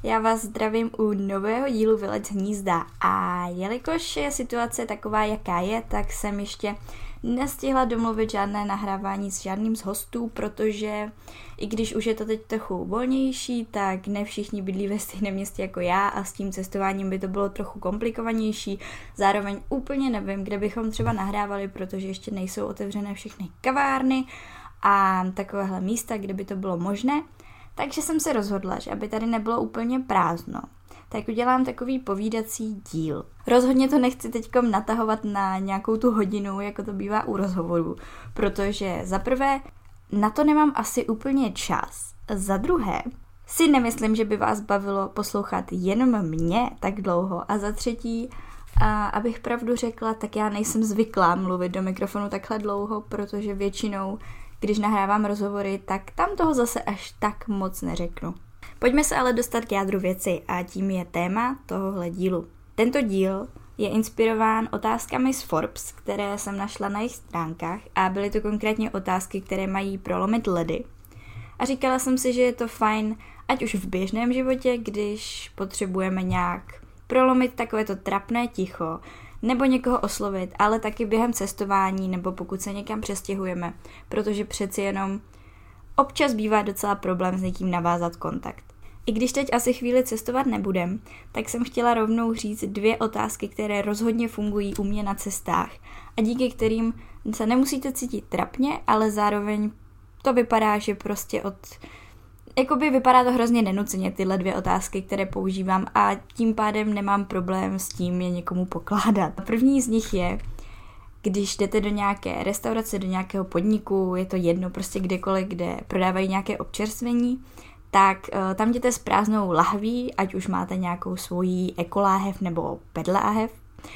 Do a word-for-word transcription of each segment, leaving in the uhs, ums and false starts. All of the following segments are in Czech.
Já vás zdravím u nového dílu Vylec z hnízda a jelikož je situace taková, jaká je, tak jsem ještě nestihla domluvit žádné nahrávání s žádným z hostů, protože i když už je to teď trochu volnější, tak ne všichni bydlí ve stejném městě jako já a s tím cestováním by to bylo trochu komplikovanější. Zároveň úplně nevím, kde bychom třeba nahrávali, protože ještě nejsou otevřené všechny kavárny a takovéhle místa, kde by to bylo možné. Takže jsem se rozhodla, že aby tady nebylo úplně prázdno, tak udělám takový povídací díl. Rozhodně to nechci teďkom natahovat na nějakou tu hodinu, jako to bývá u rozhovorů, protože za prvé na to nemám asi úplně čas. Za druhé si nemyslím, že by vás bavilo poslouchat jenom mě tak dlouho. A za třetí, a abych pravdu řekla, tak já nejsem zvyklá mluvit do mikrofonu takhle dlouho, protože většinou když nahrávám rozhovory, tak tam toho zase až tak moc neřeknu. Pojďme se ale dostat k jádru věci a tím je téma tohohle dílu. Tento díl je inspirován otázkami z Forbes, které jsem našla na jejich stránkách a byly to konkrétně otázky, které mají prolomit ledy. A říkala jsem si, že je to fajn, ať už v běžném životě, když potřebujeme nějak prolomit takovéto trapné ticho, nebo někoho oslovit, ale taky během cestování, nebo pokud se někam přestěhujeme, protože přeci jenom občas bývá docela problém s někým navázat kontakt. I když teď asi chvíli cestovat nebudem, tak jsem chtěla rovnou říct dvě otázky, které rozhodně fungují u mě na cestách a díky kterým se nemusíte cítit trapně, ale zároveň to vypadá, že prostě od... Jakoby vypadá to hrozně nenuceně, tyhle dvě otázky, které používám a tím pádem nemám problém s tím je někomu pokládat. První z nich je, když jdete do nějaké restaurace, do nějakého podniku, je to jedno prostě kdekoliv, kde prodávají nějaké občerstvení, tak uh, tam jděte s prázdnou lahví, ať už máte nějakou svoji ekoláhev nebo pedláhev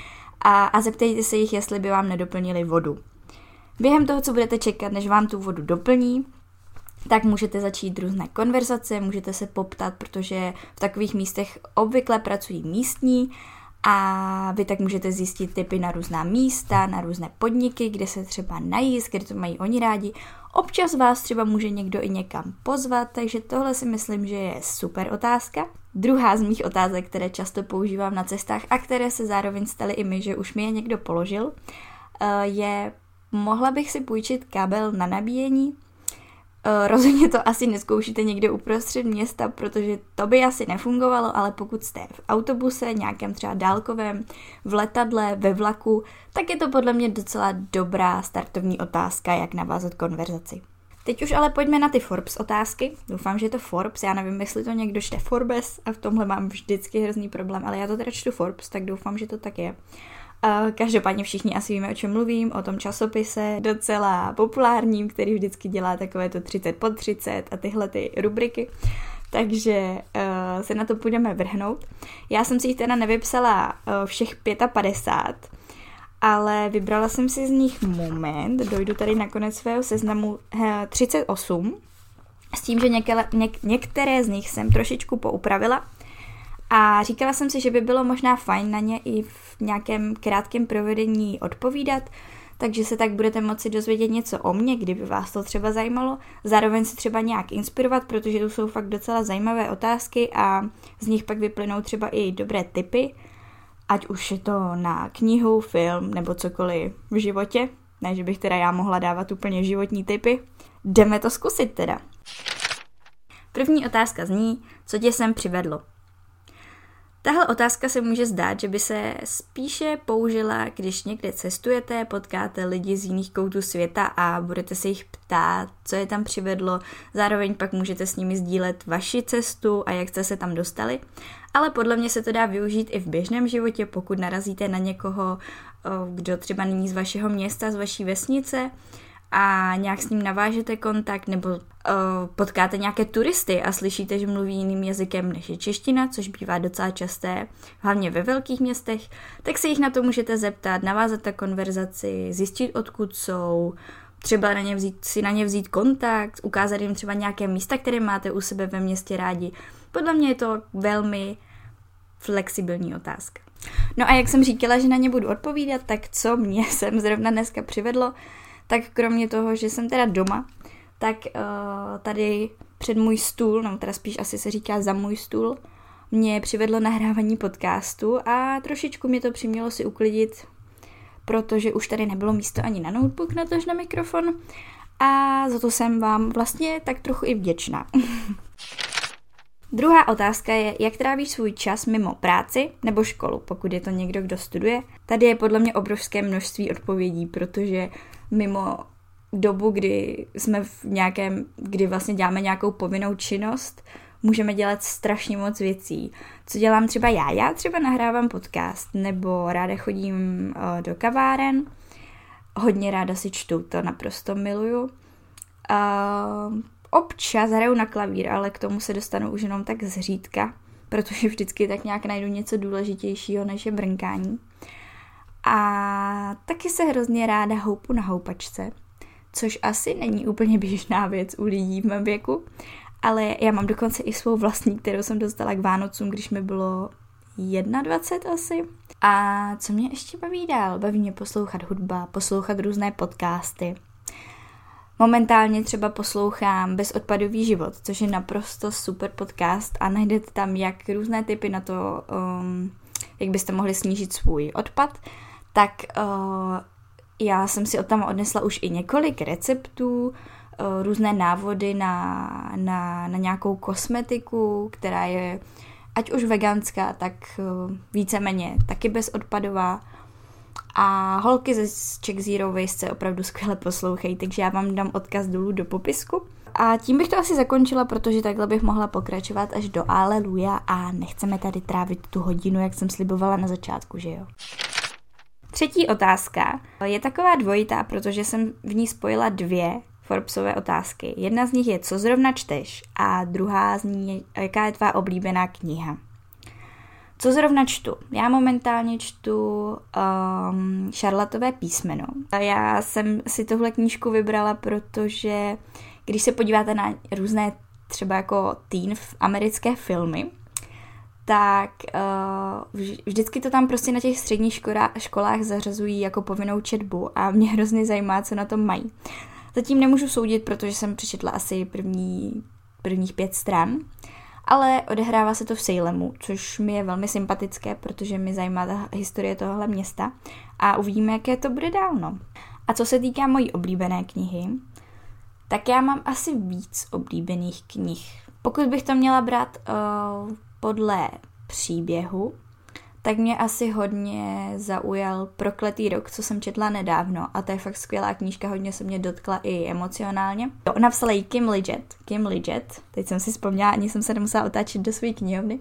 a, a zeptejte se jich, jestli by vám nedoplnili vodu. Během toho, co budete čekat, než vám tu vodu doplní, tak můžete začít různé konverzace, můžete se poptat, protože v takových místech obvykle pracují místní a vy tak můžete zjistit tipy na různá místa, na různé podniky, kde se třeba najíst, kde to mají oni rádi. Občas vás třeba může někdo i někam pozvat, takže tohle si myslím, že je super otázka. Druhá z mých otázek, které často používám na cestách a které se zároveň staly i my, že už mi je někdo položil, je, mohla bych si půjčit kabel na nabíjení? Rozhodně to asi neskoušíte někde uprostřed města, protože to by asi nefungovalo, ale pokud jste v autobuse, nějakém třeba dálkovém, v letadle, ve vlaku, tak je to podle mě docela dobrá startovní otázka, jak navázat konverzaci. Teď už ale pojďme na ty Forbes otázky. Doufám, že je to Forbes, já nevím, jestli to někdo čte Forbes a v tomhle mám vždycky hrozný problém, ale já to teda čtu Forbes, tak doufám, že to tak je. Každopádně všichni asi víme, o čem mluvím, o tom časopise docela populárním, který vždycky dělá takové to třicet pod třicet a tyhle ty rubriky, takže uh, se na to půjdeme vrhnout. Já jsem si jich teda nevypsala uh, všech padesát pět, ale vybrala jsem si z nich moment, dojdu tady na konec svého seznamu uh, třicet osm, s tím, že některé, něk, některé z nich jsem trošičku poupravila. A říkala jsem si, že by bylo možná fajn na ně i v nějakém krátkém provedení odpovídat, takže se tak budete moci dozvědět něco o mně, kdyby vás to třeba zajímalo. Zároveň se třeba nějak inspirovat, protože tu jsou fakt docela zajímavé otázky a z nich pak vyplynou třeba i dobré tipy, ať už je to na knihu, film nebo cokoliv v životě. Ne, že bych teda já mohla dávat úplně životní tipy. Jdeme to zkusit teda. První otázka zní, co tě sem přivedlo? Tahle otázka se může zdát, že by se spíše použila, když někde cestujete, potkáte lidi z jiných koutů světa a budete se jich ptát, co je tam přivedlo, zároveň pak můžete s nimi sdílet vaši cestu a jak jste se tam dostali. Ale podle mě se to dá využít i v běžném životě, pokud narazíte na někoho, kdo třeba není z vašeho města, z vaší vesnice, a nějak s ním navážete kontakt nebo uh, potkáte nějaké turisty a slyšíte, že mluví jiným jazykem než je čeština, což bývá docela časté, hlavně ve velkých městech, tak se jich na to můžete zeptat, navázat ta konverzaci, zjistit, odkud jsou, třeba na ně vzít, si na ně vzít kontakt, ukázat jim třeba nějaké místa, které máte u sebe ve městě rádi. Podle mě je to velmi flexibilní otázka. No a jak jsem říkala, že na ně budu odpovídat, tak co mě sem zrovna dneska přivedlo, tak kromě toho, že jsem teda doma, tak uh, tady před můj stůl, no teda spíš asi se říká za můj stůl, mě přivedlo nahrávání podcastu a trošičku mě to přimělo si uklidit, protože už tady nebylo místo ani na notebook, natož na mikrofon a za to jsem vám vlastně tak trochu i vděčná. Druhá otázka je, jak trávíš svůj čas mimo práci nebo školu, pokud je to někdo, kdo studuje. Tady je podle mě obrovské množství odpovědí, protože mimo dobu, kdy jsme v nějakém, kdy vlastně děláme nějakou povinnou činnost, můžeme dělat strašně moc věcí. Co dělám třeba já? Já třeba nahrávám podcast, nebo ráda chodím uh, do kaváren, hodně ráda si čtu, to naprosto miluju. Uh, občas hraju na klavír, ale k tomu se dostanu už jenom tak zřídka, protože vždycky tak nějak najdu něco důležitějšího, než je brnkání. A taky se hrozně ráda houpu na houpačce, což asi není úplně běžná věc u lidí v mém věku, ale já mám dokonce i svou vlastní, kterou jsem dostala k Vánocům, když mi bylo dvacet jedna asi. A co mě ještě baví dál? Baví mě poslouchat hudba, poslouchat různé podcasty. Momentálně třeba poslouchám Bezodpadový život, což je naprosto super podcast a najdete tam jak různé tipy na to, um, jak byste mohli snížit svůj odpad, tak uh, já jsem si od tam odnesla už i několik receptů, uh, různé návody na, na, na nějakou kosmetiku, která je ať už veganská, tak uh, víceméně taky bezodpadová. A holky ze Czech Zero Waste se opravdu skvěle poslouchají, takže já vám dám odkaz dolů do popisku. A tím bych to asi zakončila, protože takhle bych mohla pokračovat až do Aleluja a nechceme tady trávit tu hodinu, jak jsem slibovala na začátku, že jo? Třetí otázka je taková dvojitá, protože jsem v ní spojila dvě Forbesové otázky. Jedna z nich je, co zrovna čteš, a druhá z ní je, jaká je tvá oblíbená kniha. Co zrovna čtu? Já momentálně čtu um, Šarlatové písmeno. Já jsem si tohle knížku vybrala, protože když se podíváte na různé třeba jako teen americké filmy, tak uh, vždycky to tam prostě na těch středních škola, školách zařazují jako povinnou četbu a mě hrozně zajímá, co na tom mají. Zatím nemůžu soudit, protože jsem přečetla asi první, prvních pět stran, ale odehrává se to v Salemu, což mi je velmi sympatické, protože mi zajímá ta historie tohohle města a uvidíme, jaké to bude dál. No. A co se týká mojí oblíbené knihy, tak já mám asi víc oblíbených knih. Pokud bych to měla brát uh, podle příběhu, tak mě asi hodně zaujal Prokletý rok, co jsem četla nedávno a to je fakt skvělá knížka, hodně se mě dotkla i emocionálně. Jo, napsala ji Kim Liggett, Kim Liggett, teď jsem si vzpomněla, ani jsem se nemusela otáčet do své knihovny.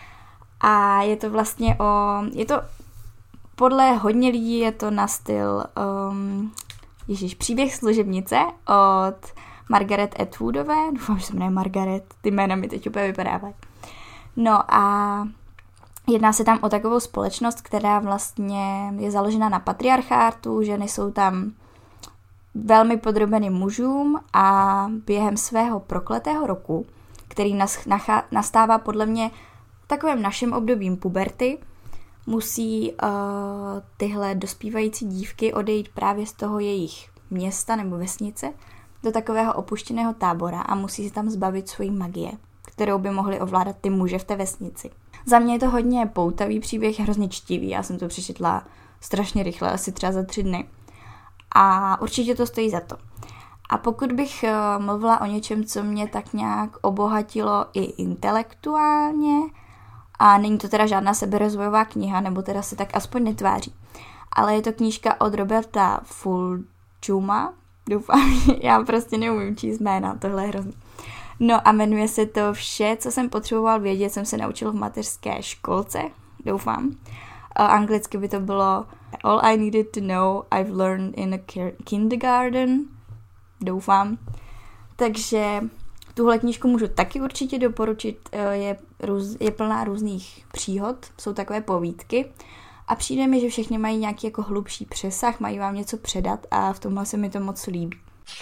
A je to vlastně o, je to podle hodně lidí je to na styl, um, ježiš, Příběh služebnice od Margaret Atwoodové, doufám, že se jmenuje Margaret, ty jména mi teď úplně vypadávají. No a jedná se tam o takovou společnost, která vlastně je založena na patriarchátu, ženy jsou tam velmi podrobeny mužům a během svého prokletého roku, který nas, nachá, nastává podle mě v takovém našem období puberty, musí uh, tyhle dospívající dívky odejít právě z toho jejich města nebo vesnice do takového opuštěného tábora a musí se tam zbavit svojí magie, kterou by mohli ovládat ty muže v té vesnici. Za mě je to hodně poutavý příběh, hrozně čtivý, já jsem to přečetla strašně rychle, asi třeba za tři dny. A určitě to stojí za to. A pokud bych uh, mluvila o něčem, co mě tak nějak obohatilo i intelektuálně, a není to teda žádná seberozvojová kniha, nebo teda se tak aspoň netváří, ale je to knížka od Roberta Fulghuma, doufám, já prostě neumím číst jména, tohle je hrozný. No a jmenuje se to Vše, co jsem potřeboval vědět, jsem se naučil v mateřské školce, doufám. A anglicky by to bylo All I needed to know I've learned in a kindergarten, doufám. Takže tuhle knížku můžu taky určitě doporučit, je, růz, je plná různých příhod, jsou takové povídky a přijde mi, že všechny mají nějaký jako hlubší přesah, mají vám něco předat a v tomhle se mi to moc líbí.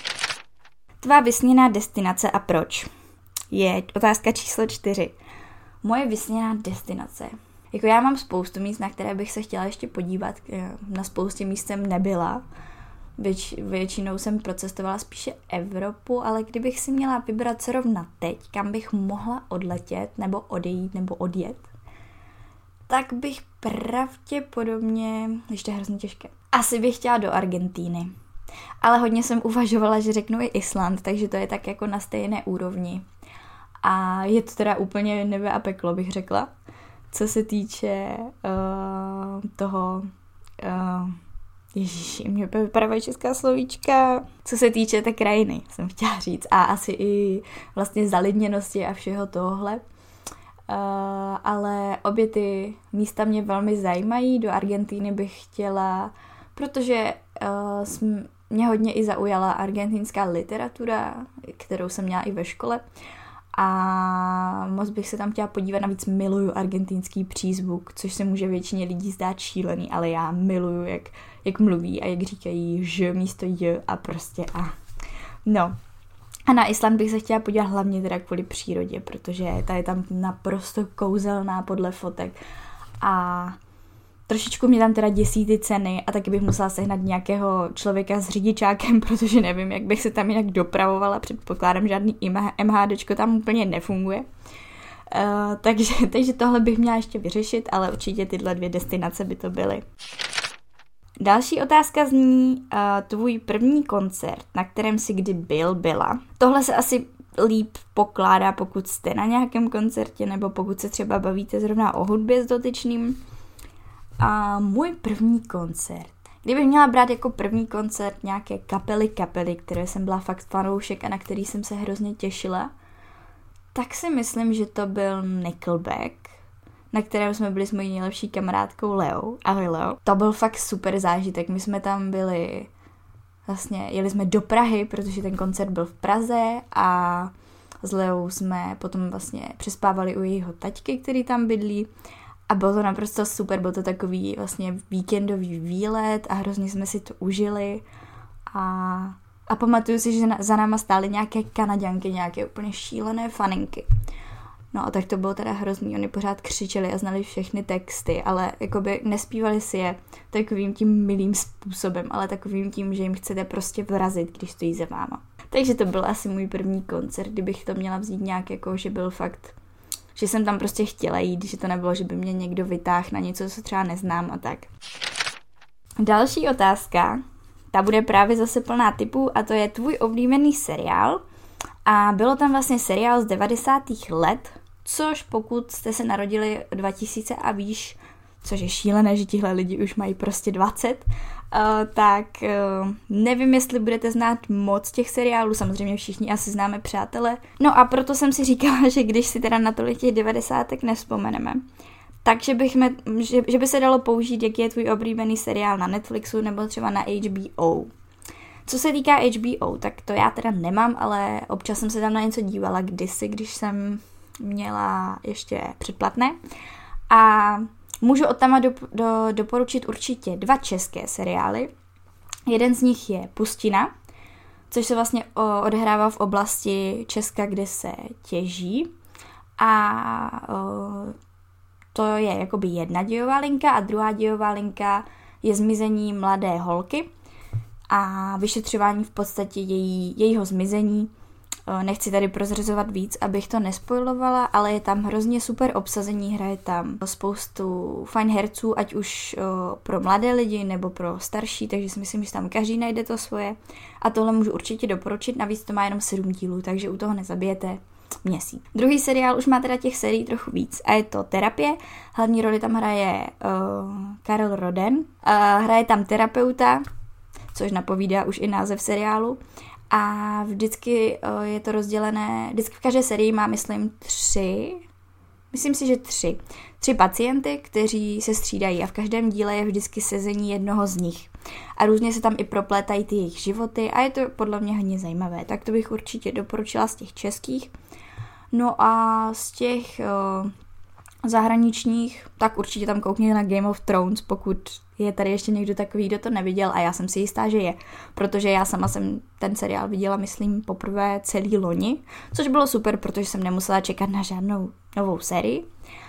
Tvá vysněná destinace a proč? Je otázka číslo čtyři. Moje vysněná destinace. Jako já mám spoustu míst, na které bych se chtěla ještě podívat. Na spoustě míst jsem nebyla. Věč, většinou jsem procestovala spíše Evropu, ale kdybych si měla vybrat zrovna teď, kam bych mohla odletět, nebo odejít, nebo odjet, tak bych pravděpodobně, ještě hrozně těžké, asi bych chtěla do Argentíny. Ale hodně jsem uvažovala, že řeknu i Island, takže to je tak jako na stejné úrovni. A je to teda úplně nebe a peklo, bych řekla. Co se týče uh, toho... Uh, Ježíši, mě vypadávají česká slovíčka. Co se týče té krajiny, jsem chtěla říct. A asi i vlastně zalidněnosti a všeho tohle. Uh, ale obě ty místa mě velmi zajímají. Do Argentíny bych chtěla, protože uh, jsem, mě hodně i zaujala argentinská literatura, kterou jsem měla i ve škole. A moc bych se tam chtěla podívat, navíc miluju argentinský přízvuk, což se může většině lidí zdát šílený, ale já miluju, jak, jak mluví a jak říkají ž místo j a prostě a. No. A na Island bych se chtěla podívat hlavně teda kvůli přírodě, protože ta je tam naprosto kouzelná podle fotek a trošičku mě tam teda děsí ty ceny a taky bych musela sehnat nějakého člověka s řidičákem, protože nevím, jak bych se tam jinak dopravovala. Předpokládám, žádný MHDčko tam úplně nefunguje. Uh, takže, takže tohle bych měla ještě vyřešit, ale určitě tyhle dvě destinace by to byly. Další otázka zní, uh, tvůj první koncert, na kterém jsi kdy byl, byla. Tohle se asi líp pokládá, pokud jste na nějakém koncertě, nebo pokud se třeba bavíte zrovna o hudbě s dotyčným. A můj první koncert. Kdybych měla brát jako první koncert nějaké kapely kapely, které jsem byla fakt fanoušek a na který jsem se hrozně těšila, tak si myslím, že to byl Nickelback, na kterém jsme byli s mojí nejlepší kamarádkou Leo. Ahoj Leo. To byl fakt super zážitek. My jsme tam byli, vlastně jeli jsme do Prahy, protože ten koncert byl v Praze a s Leou jsme potom vlastně přespávali u jejího taťky, který tam bydlí. A bylo to naprosto super, byl to takový vlastně víkendový výlet a hrozně jsme si to užili. A, a pamatuju si, že na, za náma stály nějaké Kanaďanky, nějaké úplně šílené faninky. No a tak to bylo teda hrozný, oni pořád křičeli a znali všechny texty, ale jakoby nespívali si je takovým tím milým způsobem, ale takovým tím, že jim chcete prostě vrazit, když stojí za váma. Takže to byl asi můj první koncert, kdybych to měla vzít nějak jako, že byl fakt... že jsem tam prostě chtěla jít, že to nebylo, že by mě někdo vytáhl na něco, co třeba neznám a tak. Další otázka, ta bude právě zase plná tipů a to je tvůj oblíbený seriál a bylo tam vlastně seriál z devadesátých let, což pokud jste se narodili dva tisíce a výš, což je šílené, že tihle lidi už mají prostě dvacet, uh, tak uh, nevím, jestli budete znát moc těch seriálů, samozřejmě všichni asi známe Přátelé. No a proto jsem si říkala, že když si teda na tolik těch devadesátek nevzpomeneme, takže bychme, že, že by se dalo použít, jaký je tvůj oblíbený seriál na Netflixu nebo třeba na H B O. Co se týká H B O, tak to já teda nemám, ale občas jsem se tam na něco dívala kdysi, když jsem měla ještě předplatné. A můžu od tam do, do, doporučit určitě dva české seriály. Jeden z nich je Pustina, což se vlastně o, odehrává v oblasti Česka, kde se těží. A o, to je jakoby jedna dějová linka a druhá dějová linka je zmizení mladé holky a vyšetřování v podstatě její, jejího zmizení. Nechci tady prozrazovat víc, abych to nespoilovala, ale je tam hrozně super obsazení, hraje tam spoustu fajn herců, ať už pro mladé lidi nebo pro starší, takže si myslím, že tam každý najde to svoje a tohle můžu určitě doporučit, navíc to má jenom sedm dílů, takže u toho nezabijete měsíc. Druhý seriál už má teda těch sérií trochu víc a je to Terapie, hlavní roli tam hraje uh, Karel Roden, uh, hraje tam terapeuta, což napovídá už i název seriálu. A vždycky uh, je to rozdělené, vždycky v každé sérii má, myslím, tři, myslím si, že tři, tři pacienty, kteří se střídají a v každém díle je vždycky sezení jednoho z nich. A různě se tam i proplétají ty jejich životy a je to podle mě hodně zajímavé. Tak to bych určitě doporučila z těch českých. No a z těch uh, zahraničních, tak určitě tam koukněte na Game of Thrones, pokud je tady ještě někdo takový, kdo to neviděl a já jsem si jistá, že je, protože já sama jsem ten seriál viděla, myslím, poprvé celý loni, což bylo super, protože jsem nemusela čekat na žádnou novou sérii.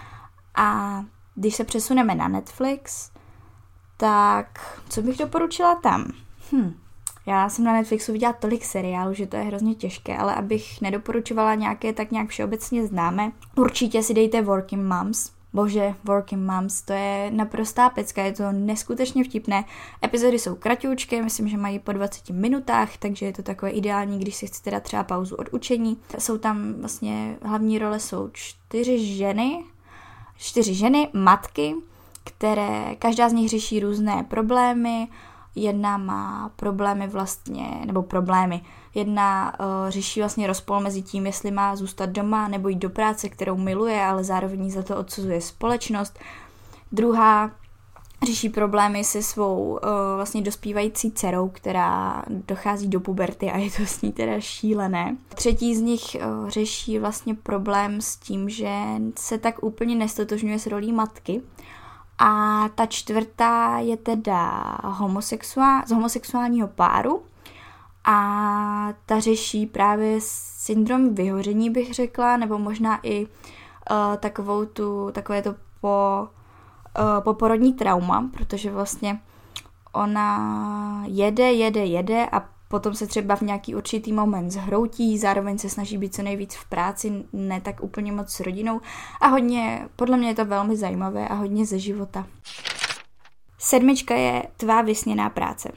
A když se přesuneme na Netflix, tak co bych doporučila tam? Hm. Já jsem na Netflixu viděla tolik seriálů, že to je hrozně těžké, ale abych nedoporučovala nějaké tak nějak všeobecně známé, určitě si dejte Working Moms. Bože, Working Moms, to je naprostá pecka, je to neskutečně vtipné. Epizody jsou kraťoučké, myslím, že mají po dvaceti minutách, takže je to takové ideální, když si chcete dát třeba pauzu od učení. Jsou tam vlastně, hlavní role jsou čtyři ženy, čtyři ženy, matky, které, každá z nich řeší různé problémy. Jedna má problémy vlastně, nebo problémy, jedna uh, řeší vlastně rozpol mezi tím, jestli má zůstat doma nebo jít do práce, kterou miluje, ale zároveň za to odsuzuje společnost. Druhá řeší problémy se svou uh, vlastně dospívající dcerou, která dochází do puberty a je to s ní teda šílené. Třetí z nich uh, řeší vlastně problém s tím, že se tak úplně nestotožňuje s rolí matky. A ta čtvrtá je teda homosexuál, z homosexuálního páru a ta řeší právě syndrom vyhoření, bych řekla, nebo možná i uh, takovou tu, takové to po, uh, poporodní trauma, protože vlastně ona jede, jede, jede a potom se třeba v nějaký určitý moment zhroutí, zároveň se snaží být co nejvíc v práci, ne tak úplně moc s rodinou a hodně, podle mě je to velmi zajímavé a hodně ze života. Sedmička je tvá vysněná práce.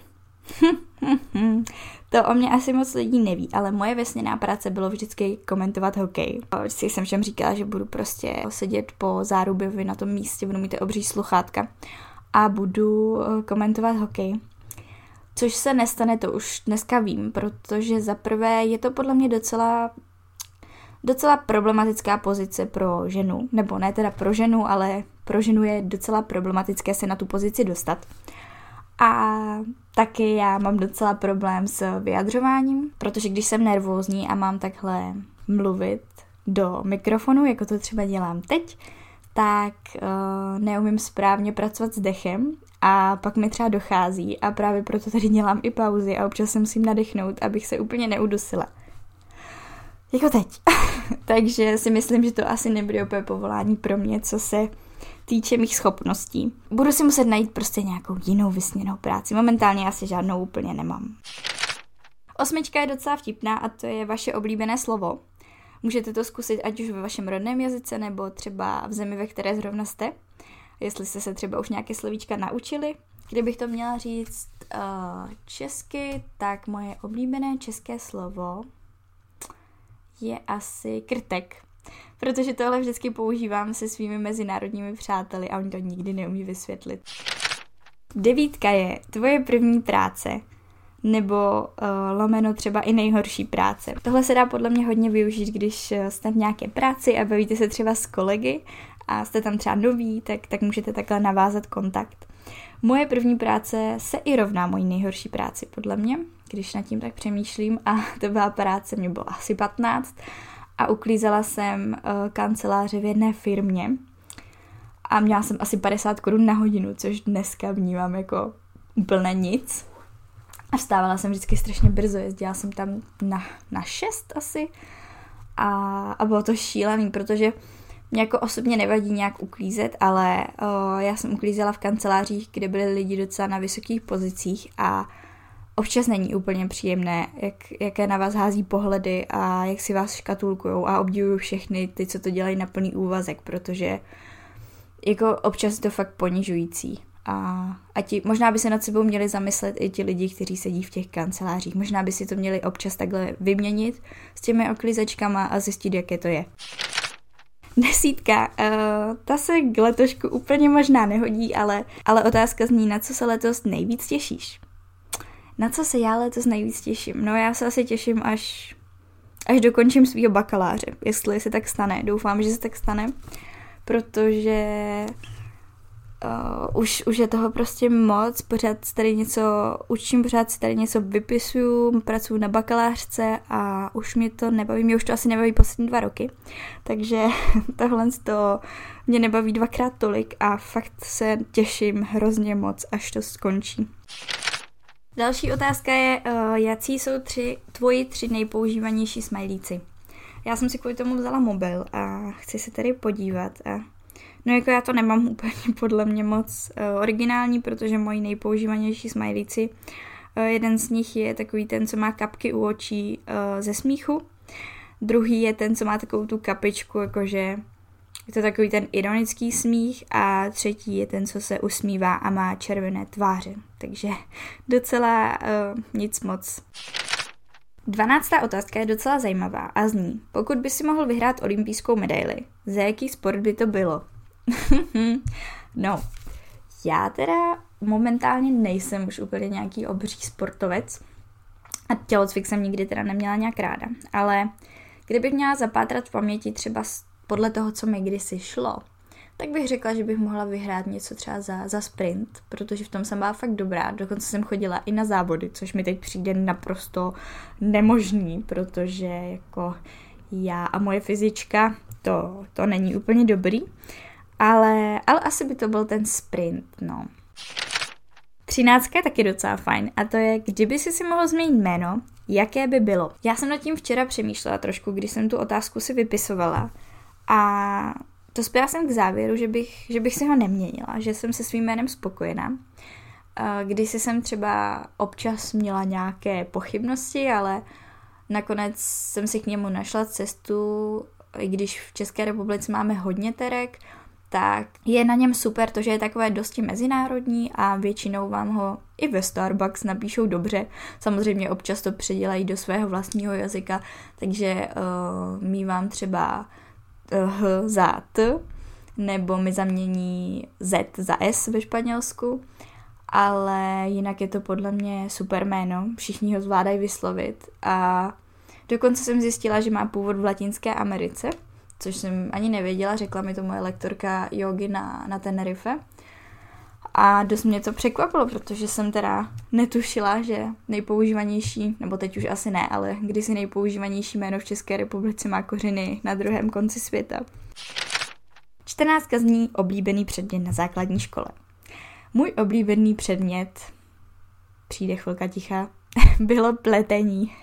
To o mě asi moc lidí neví, ale moje vysněná práce bylo vždycky komentovat hokej. Vždycky jsem všem říkala, že budu prostě sedět po Záruběvi na tom místě, budu mít obří sluchátka a budu komentovat hokej. Což se nestane, to už dneska vím, protože zaprvé je to podle mě docela, docela problematická pozice pro ženu. Nebo ne teda pro ženu, ale pro ženu je docela problematické se na tu pozici dostat. A taky já mám docela problém s vyjadřováním, protože když jsem nervózní a mám takhle mluvit do mikrofonu, jako to třeba dělám teď, tak uh, neumím správně pracovat s dechem a pak mi třeba dochází a právě proto tady dělám i pauzy a občas se musím nadechnout, abych se úplně neudusila. Jako teď. Takže si myslím, že to asi nebude úplně povolání pro mě, co se týče mých schopností. Budu si muset najít prostě nějakou jinou vysněnou práci. Momentálně asi žádnou úplně nemám. Osmička je docela vtipná a to je vaše oblíbené slovo. Můžete to zkusit ať už ve vašem rodném jazyce nebo třeba v zemi, ve které zrovna jste. Jestli jste se třeba už nějaké slovíčka naučili. Kdybych to měla říct uh, česky, tak moje oblíbené české slovo je asi krtek. Protože tohle vždycky používám se svými mezinárodními přáteli a oni to nikdy neumí vysvětlit. Devítka je tvoje první práce nebo uh, lomeno třeba i nejhorší práce. Tohle se dá podle mě hodně využít, když jste v nějaké práci a bavíte se třeba s kolegy a jste tam třeba noví, tak, tak můžete takhle navázat kontakt. Moje první práce se i rovná mojí nejhorší práci, podle mě, když nad tím tak přemýšlím, a to byla práce, mě bylo asi patnáct a uklízela jsem uh, kanceláře v jedné firmě a měla jsem asi padesát korun na hodinu, což dneska vnímám jako úplně nic. A vstávala jsem vždycky strašně brzo, jezdila jsem tam na, na šest asi a, a bylo to šílený, protože mě jako osobně nevadí nějak uklízet, ale o, já jsem uklízela v kancelářích, kde byly lidi docela na vysokých pozicích a občas není úplně příjemné, jak, jaké na vás hází pohledy a jak si vás škatulkujou a obdivuju všechny ty, co to dělají na plný úvazek, protože jako občas je to fakt ponižující. A, a ti, možná by se nad sebou měli zamyslet i ti lidi, kteří sedí v těch kancelářích. Možná by si to měli občas takhle vyměnit s těmi oklízečkama a zjistit, jaké to je. Desítka, uh, ta se k letošku úplně možná nehodí, ale, ale otázka zní, na co se letos nejvíc těšíš? Na co se já letos nejvíc těším? No já se asi těším, až, až dokončím svýho bakaláře, jestli se tak stane. Doufám, že se tak stane, protože Uh, už, už je toho prostě moc, pořád tady něco učím, pořád si tady něco vypisuju, pracuji na bakalářce a už mě to nebaví, mě už to asi nebaví poslední dva roky, takže tohle to mě nebaví dvakrát tolik a fakt se těším hrozně moc, až to skončí. Další otázka je, uh, jaký jsou tři, tvoji tři nejpoužívanější smajlíci. Já jsem si kvůli tomu vzala mobil a chci se tady podívat a no jako já to nemám úplně podle mě moc uh, originální, protože moji nejpoužívanější smajlíci Jeden z nich je takový ten, co má kapky u očí ze smíchu. Druhý je ten, co má takovou tu kapičku, jakože je to takový ten ironický smích. A třetí je ten, co se usmívá a má červené tváře. Takže docela uh, nic moc. Dvanáctá otázka je docela zajímavá a zní, pokud by si mohl vyhrát olympijskou medaili, za jaký sport by to bylo? No, já teda momentálně nejsem už úplně nějaký obří sportovec a tělocvik jsem nikdy teda neměla nějak ráda, ale kdybych měla zapátrat v paměti třeba podle toho, co mi kdysi šlo, tak bych řekla, že bych mohla vyhrát něco třeba za, za sprint, protože v tom jsem byla fakt dobrá, dokonce jsem chodila i na závody, což mi teď přijde naprosto nemožný, protože jako já a moje fyzička, to, to není úplně dobrý, ale, ale asi by to byl ten sprint, no. Třináctka je taky docela fajn a to je, kdyby si si mohl změnit jméno, jaké by bylo. Já jsem nad tím včera přemýšlela trošku, když jsem tu otázku si vypisovala a dospěla jsem k závěru, že bych, že bych si ho neměnila, že jsem se svým jménem spokojená. Když jsem třeba občas měla nějaké pochybnosti, ale nakonec jsem si k němu našla cestu, i když v České republice máme hodně terek, tak je na něm super to, že je takové dosti mezinárodní a většinou vám ho i ve Starbucks napíšou dobře. Samozřejmě občas to předělají do svého vlastního jazyka, takže uh, mívám třeba H za T, nebo mi zamění Z za S ve Španělsku, ale jinak je to podle mě super jméno, všichni ho zvládají vyslovit a dokonce jsem zjistila, že má původ v Latinské Americe, což jsem ani nevěděla, řekla mi to moje lektorka jógy na, na Tenerife a dost mě to překvapilo, protože jsem teda netušila, že nejpoužívanější, nebo teď už asi ne, ale kdysi nejpoužívanější jméno v České republice má kořeny na druhém konci světa. čtrnáctka zní oblíbený předmět na základní škole. Můj oblíbený předmět, přijde chvilka ticha, bylo pletení.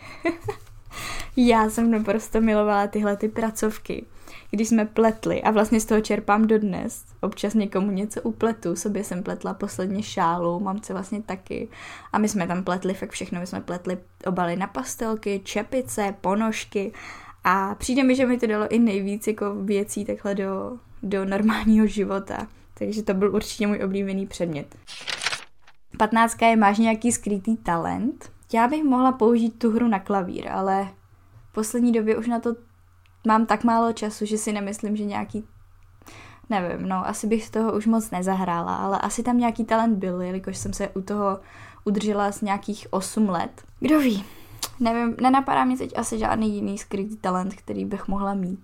Já jsem naprosto milovala tyhle ty pracovky, když jsme pletli a vlastně z toho čerpám dodnes. Občas někomu něco upletu, sobě jsem pletla posledně šálu, mamce vlastně taky a my jsme tam pletli fakt všechno, my jsme pletli obaly na pastelky, čepice, ponožky a přijde mi, že mi to dalo i nejvíc jako věcí takhle do, do normálního života, takže to byl určitě můj oblíbený předmět. patnáctka je, máš nějaký skrytý talent? Já bych mohla použít tu hru na klavír, ale v poslední době už na to mám tak málo času, že si nemyslím, že nějaký, nevím, no, asi bych z toho už moc nezahrála, ale asi tam nějaký talent byl, jelikož jsem se u toho udržela z nějakých osm let. Kdo ví, nevím, nenapadá mě teď asi žádný jiný skrytý talent, který bych mohla mít.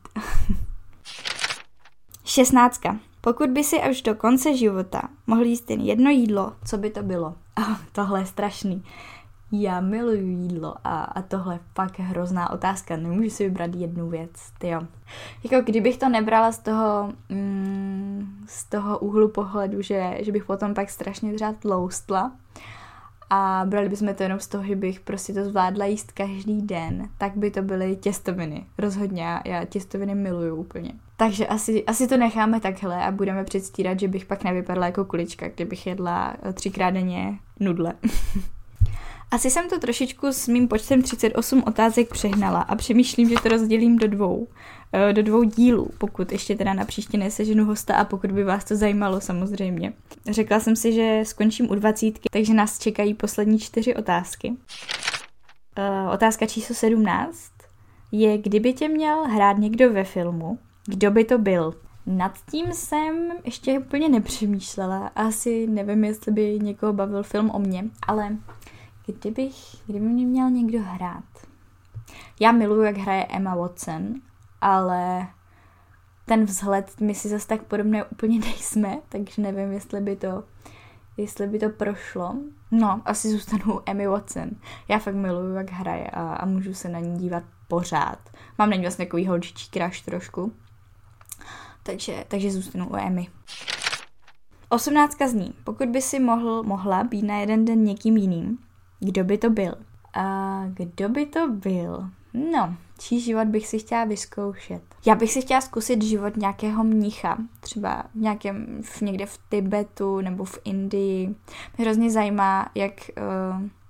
šestnáctka. Pokud by si až do konce života mohl jíst jen jedno jídlo, co by to bylo? Oh, tohle je strašný. Já miluju jídlo a, a tohle je fakt hrozná otázka. Nemůžu si vybrat jednu věc, tyjo. Jako kdybych to nebrala z toho, mm, z toho úhlu pohledu, že, že bych potom tak strašně třeba tloustla a brali bychom to jenom z toho, že bych prostě to zvládla jíst každý den, tak by to byly těstoviny. Rozhodně, já těstoviny miluju úplně. Takže asi, asi to necháme takhle a budeme předstírat, že bych pak nevypadla jako kulička, kdybych jedla třikrát denně nudle. Asi jsem to trošičku s mým počtem třicet osm otázek přehnala a přemýšlím, že to rozdělím do dvou, do dvou dílů, pokud ještě teda na příště neseženu hosta a pokud by vás to zajímalo samozřejmě. Řekla jsem si, že skončím u dvacítky, takže nás čekají poslední čtyři otázky. Otázka číslo sedmnáct je, kdyby tě měl hrát někdo ve filmu, kdo by to byl? Nad tím jsem ještě úplně nepřemýšlela, asi nevím, jestli by někoho bavil film o mně, ale Kdybych, kdyby mě měl někdo hrát. Já miluju, jak hraje Emma Watson, ale ten vzhled my si zase tak podobné úplně nejsme, takže nevím, jestli by to, jestli by to prošlo. No, asi zůstanu u Emmy Watson. Já fakt miluju, jak hraje a, a můžu se na ní dívat pořád. Mám na ní vlastně takový holčičí crush trošku. Takže, takže zůstanu u Emmy. Osmnáctka zní, pokud by si mohl, mohla být na jeden den někým jiným, kdo by to byl? A kdo by to byl? No, čí život bych si chtěla vyzkoušet? Já bych si chtěla zkusit život nějakého mnicha, třeba v nějakém, v někde v Tibetu nebo v Indii. Mě hrozně zajímá, jak, uh,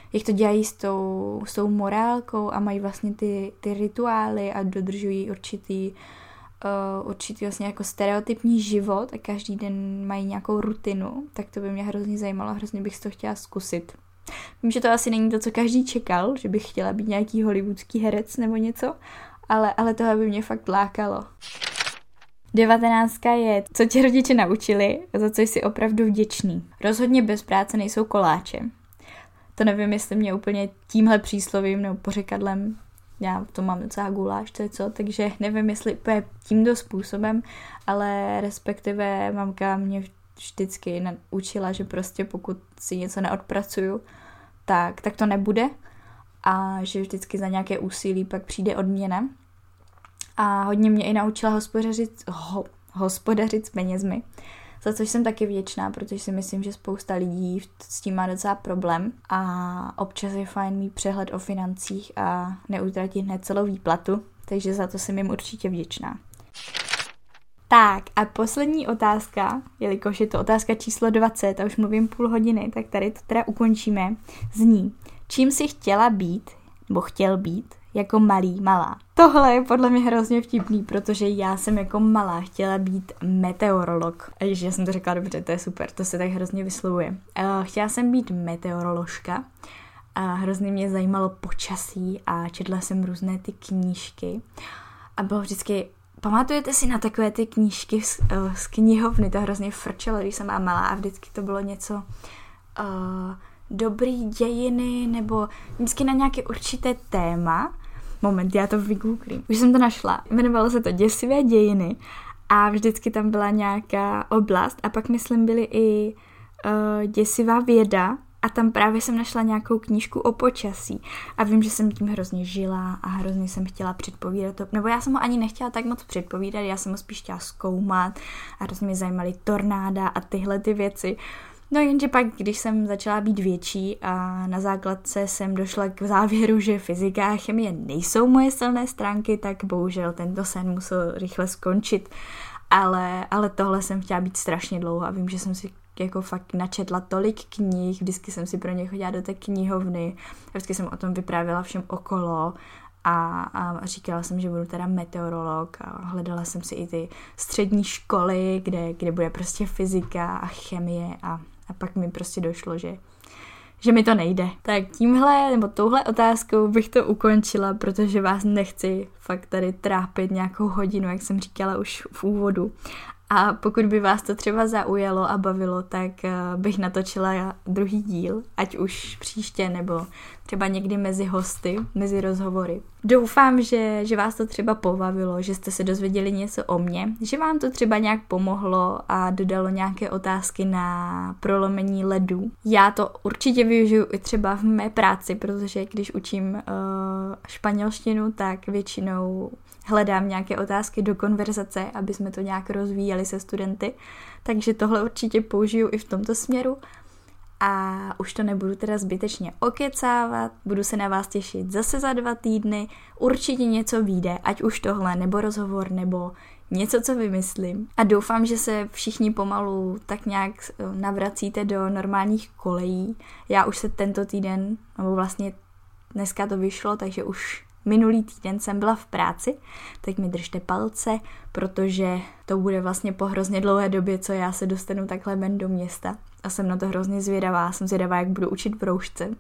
jak to dělají s tou, s tou morálkou a mají vlastně ty, ty rituály a dodržují určitý, uh, určitý vlastně jako stereotypní život a každý den mají nějakou rutinu, tak to by mě hrozně zajímalo, hrozně bych to chtěla zkusit. Vím, že to asi není to, co každý čekal, že bych chtěla být nějaký hollywoodský herec nebo něco, ale, ale tohle by mě fakt lákalo. Devatenáctka je, co tě rodiče naučili, za co jsi opravdu vděčný. Rozhodně bez práce nejsou koláče. To nevím, jestli mě úplně tímhle příslovím nebo pořekadlem, já to mám docela guláš, co je co, takže nevím, jestli úplně tímto způsobem, ale respektive mamka mě vždycky naučila, že prostě pokud si něco neodpracuju, tak, tak to nebude a že vždycky za nějaké úsilí pak přijde odměna. A hodně mě i naučila hospodařit, ho, hospodařit s penězmi, za což jsem taky vděčná, protože si myslím, že spousta lidí s tím má docela problém a občas je fajn mít přehled o financích a neutratit hned celou výplatu, takže za to jsem jim určitě vděčná. Tak a poslední otázka, jelikož je to otázka číslo dvacet a už mluvím půl hodiny, tak tady to teda ukončíme, zní, čím jsi chtěla být, nebo chtěl být, jako malý, malá. Tohle je podle mě hrozně vtipný, protože já jsem jako malá chtěla být meteorolog. Ježiš, já jsem to řekla dobře, to je super, to se tak hrozně vyslovuje. Uh, chtěla jsem být meteoroložka a hrozně mě zajímalo počasí a četla jsem různé ty knížky a bylo vždycky, pamatujete si na takové ty knížky z, uh, z knihovny, to hrozně frčelo, když jsem byla malá a vždycky to bylo něco uh, dobrý dějiny nebo vždycky na nějaké určité téma. Moment, já to vygooglím. Už jsem to našla. Jmenovalo se to Děsivé dějiny a vždycky tam byla nějaká oblast a pak myslím byly i uh, Děsivá věda a tam právě jsem našla nějakou knížku o počasí a vím, že jsem tím hrozně žila a hrozně jsem chtěla předpovídat to, nebo já jsem ho ani nechtěla tak moc předpovídat, já jsem ho spíš chtěla zkoumat a hrozně mě zajímaly tornáda a tyhle ty věci. No jenže pak, když jsem začala být větší a na základce jsem došla k závěru, že fyzika a chemie nejsou moje silné stránky, tak bohužel tento sen musel rychle skončit. Ale, ale tohle jsem chtěla být strašně dlouho a vím, že jsem si jako fakt načetla tolik knih, vždycky jsem si pro ně chodila do té knihovny a vždycky jsem o tom vyprávěla všem okolo a, a říkala jsem, že budu teda meteorolog a hledala jsem si i ty střední školy, kde, kde bude prostě fyzika a chemie a A pak mi prostě došlo, že, že mi to nejde. Tak tímhle, nebo touhle otázkou bych to ukončila, protože vás nechci fakt tady trápit nějakou hodinu, jak jsem říkala už v úvodu. A pokud by vás to třeba zaujalo a bavilo, tak bych natočila druhý díl, ať už příště nebo třeba někdy mezi hosty, mezi rozhovory. Doufám, že, že vás to třeba pobavilo, že jste se dozvěděli něco o mně, že vám to třeba nějak pomohlo a dodalo nějaké otázky na prolomení ledů. Já to určitě využiju i třeba v mé práci, protože když učím uh, španělštinu, tak většinou hledám nějaké otázky do konverzace, aby jsme to nějak rozvíjeli se studenty, takže tohle určitě použiju i v tomto směru a už to nebudu teda zbytečně okecávat, budu se na vás těšit zase za dva týdny, určitě něco vyjde, ať už tohle, nebo rozhovor, nebo něco, co vymyslím a doufám, že se všichni pomalu tak nějak navracíte do normálních kolejí. Já už se tento týden, nebo vlastně dneska to vyšlo, takže už minulý týden jsem byla v práci, tak mi držte palce, protože to bude vlastně po hrozně dlouhé době, co já se dostanu takhle ven do města. A jsem na to hrozně zvědavá, jsem zvědavá, jak budu učit v roušce.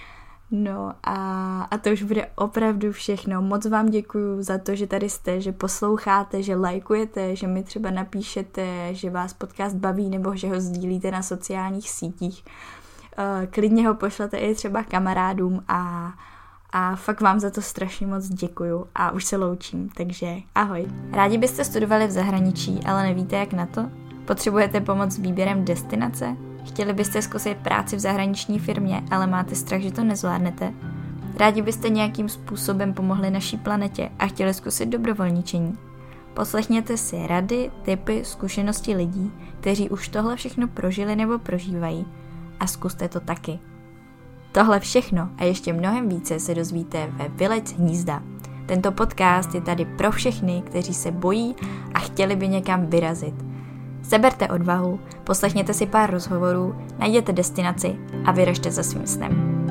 No a, a to už bude opravdu všechno. Moc vám děkuju za to, že tady jste, že posloucháte, že lajkujete, že mi třeba napíšete, že vás podcast baví nebo že ho sdílíte na sociálních sítích. Klidně ho pošlete i třeba kamarádům a A fakt vám za to strašně moc děkuju a už se loučím, takže ahoj. Rádi byste studovali v zahraničí, ale nevíte jak na to? Potřebujete pomoc s výběrem destinace? Chtěli byste zkusit práci v zahraniční firmě, ale máte strach, že to nezvládnete? Rádi byste nějakým způsobem pomohli naší planetě a chtěli zkusit dobrovolničení? Poslechněte si rady, tipy, zkušenosti lidí, kteří už tohle všechno prožili nebo prožívají a zkuste to taky. Tohle všechno a ještě mnohem více se dozvíte ve Vylec hnízda. Tento podcast je tady pro všechny, kteří se bojí a chtěli by někam vyrazit. Seberte odvahu, poslechněte si pár rozhovorů, najděte destinaci a vyražte za svým snem.